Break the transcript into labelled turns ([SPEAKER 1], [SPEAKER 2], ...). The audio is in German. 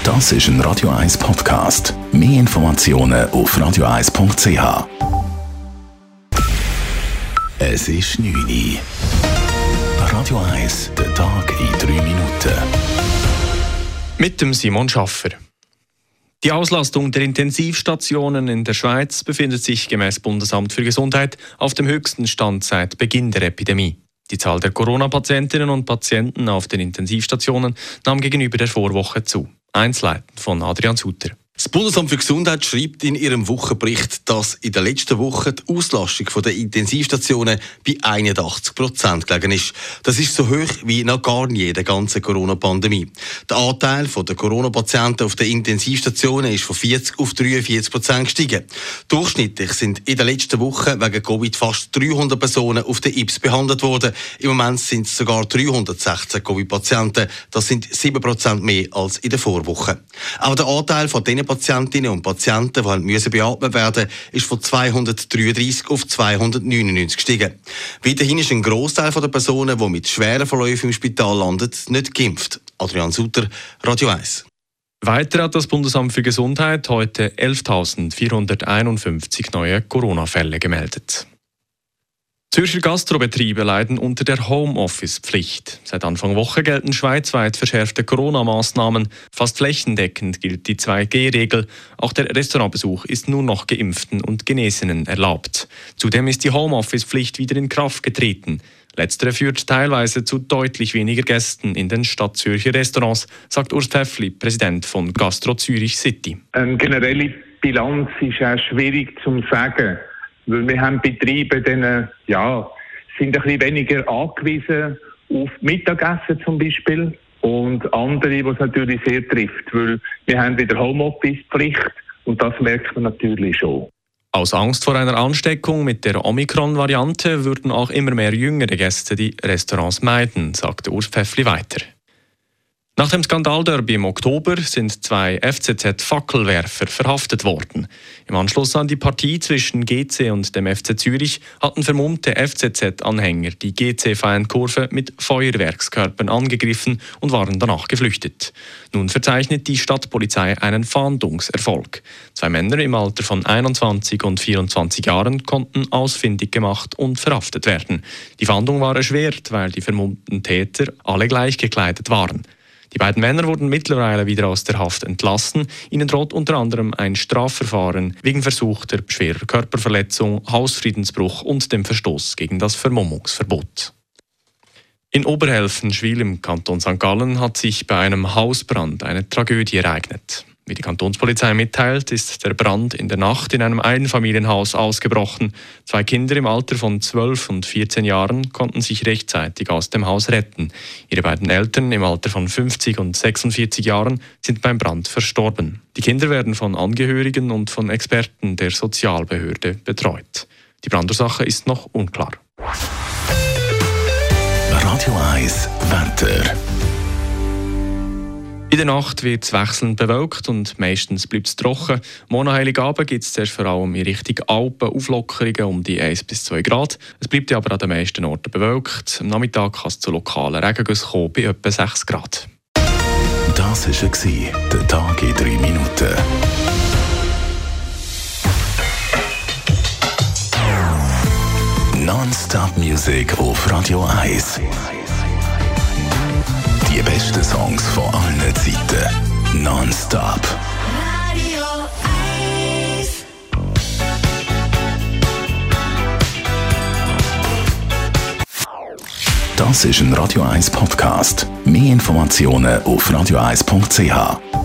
[SPEAKER 1] Das ist ein Radio 1 Podcast. Mehr Informationen auf radio1.ch. Es ist 9 Uhr. Radio 1, der Tag in 3 Minuten.
[SPEAKER 2] Mit dem Simon Schaffer. Die Auslastung der Intensivstationen in der Schweiz befindet sich gemäss Bundesamt für Gesundheit auf dem höchsten Stand seit Beginn der Epidemie. Die Zahl der Corona-Patientinnen und Patienten auf den Intensivstationen nahm gegenüber der Vorwoche zu. Einzelheiten von Adrian Sutter.
[SPEAKER 3] Das Bundesamt für Gesundheit schreibt in ihrem Wochenbericht, dass in der letzten Woche die Auslastung der Intensivstationen bei 81% gelegen ist. Das ist so hoch wie noch gar nie in der ganzen Corona-Pandemie. Der Anteil der Corona-Patienten auf den Intensivstationen ist von 40 auf 43% gestiegen. Durchschnittlich sind in der letzten Woche wegen Covid fast 300 Personen auf der IPS behandelt worden. Im Moment sind es sogar 316 Covid-Patienten. Das sind 7% mehr als in der Vorwoche. Auch der Anteil von den Patientinnen und Patienten, die beatmet werden mussten, ist von 233 auf 299 gestiegen. Weiterhin ist ein Grossteil der Personen, die mit schweren Verläufen im Spital landen, nicht geimpft. Adrian Sutter, Radio 1.
[SPEAKER 2] Weiter hat das Bundesamt für Gesundheit heute 11.451 neue Corona-Fälle gemeldet. Zürcher Gastrobetriebe leiden unter der Homeoffice-Pflicht. Seit Anfang Woche gelten schweizweit verschärfte Corona-Maßnahmen. Fast flächendeckend gilt die 2G-Regel. Auch der Restaurantbesuch ist nur noch Geimpften und Genesenen erlaubt. Zudem ist die Homeoffice-Pflicht wieder in Kraft getreten. Letztere führt teilweise zu deutlich weniger Gästen in den Stadtzürcher Restaurants, sagt Urs Pfäffli, Präsident von Gastro Zürich City.
[SPEAKER 4] Eine generelle Bilanz ist auch schwierig zu sagen. Weil wir haben Betriebe, die sind ein bisschen weniger angewiesen auf Mittagessen zum Beispiel. Und andere, die es natürlich sehr trifft. Weil wir haben wieder Homeoffice-Pflicht und das merkt man natürlich schon.
[SPEAKER 2] Aus Angst vor einer Ansteckung mit der Omikron-Variante würden auch immer mehr jüngere Gäste die Restaurants meiden, sagte Urs Pfäffli weiter. Nach dem Skandalderby im Oktober sind 2 FCZ-Fackelwerfer verhaftet worden. Im Anschluss an die Partie zwischen GC und dem FC Zürich hatten vermummte FCZ-Anhänger die GC-Fankurve mit Feuerwerkskörpern angegriffen und waren danach geflüchtet. Nun verzeichnet die Stadtpolizei einen Fahndungserfolg. 2 Männer im Alter von 21 und 24 Jahren konnten ausfindig gemacht und verhaftet werden. Die Fahndung war erschwert, weil die vermummten Täter alle gleich gekleidet waren. Die beiden Männer wurden mittlerweile wieder aus der Haft entlassen. Ihnen droht unter anderem ein Strafverfahren wegen versuchter schwerer Körperverletzung, Hausfriedensbruch und dem Verstoß gegen das Vermummungsverbot. In Oberhelfenschwil im Kanton St. Gallen hat sich bei einem Hausbrand eine Tragödie ereignet. Wie die Kantonspolizei mitteilt, ist der Brand in der Nacht in einem Einfamilienhaus ausgebrochen. 2 Kinder im Alter von 12 und 14 Jahren konnten sich rechtzeitig aus dem Haus retten. Ihre beiden Eltern im Alter von 50 und 46 Jahren sind beim Brand verstorben. Die Kinder werden von Angehörigen und von Experten der Sozialbehörde betreut. Die Brandursache ist noch unklar.
[SPEAKER 1] Radio 1 Wetter.
[SPEAKER 2] In der Nacht wird es wechselnd bewölkt und meistens bleibt es trocken. Morgen Heiligabend gibt es zuerst vor allem in Richtung Alpen Auflockerungen um die 1 bis 2 Grad. Es bleibt aber an den meisten Orten bewölkt. Am Nachmittag kann es zu lokalen Regengüssen kommen bei etwa 6 Grad.
[SPEAKER 1] Das war der Tag in 3 Minuten. Non-Stop Music auf Radio 1. Die besten Songs von allen Zeiten. Non-Stop.
[SPEAKER 5] Radio 1.
[SPEAKER 1] Das ist ein Radio 1 Podcast. Mehr Informationen auf radio1.ch.